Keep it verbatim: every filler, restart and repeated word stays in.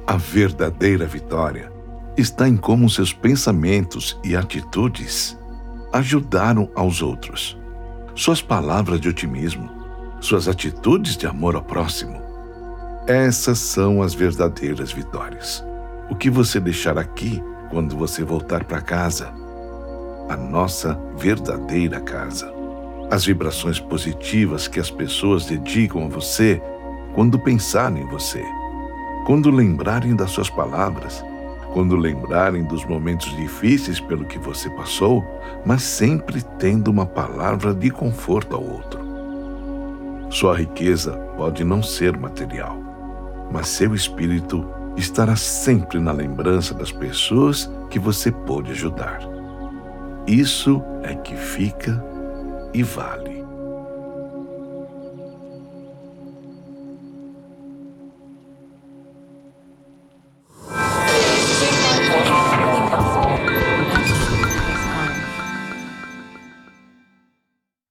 A verdadeira vitória está em como seus pensamentos e atitudes ajudaram aos outros. Suas palavras de otimismo, suas atitudes de amor ao próximo. Essas são as verdadeiras vitórias. O que você deixar aqui quando você voltar para casa? A nossa verdadeira casa. As vibrações positivas que as pessoas dedicam a você quando pensarem em você. Quando lembrarem das suas palavras, quando lembrarem dos momentos difíceis pelo que você passou, mas sempre tendo uma palavra de conforto ao outro. Sua riqueza pode não ser material, mas seu espírito estará sempre na lembrança das pessoas que você pôde ajudar. Isso é que fica e vale.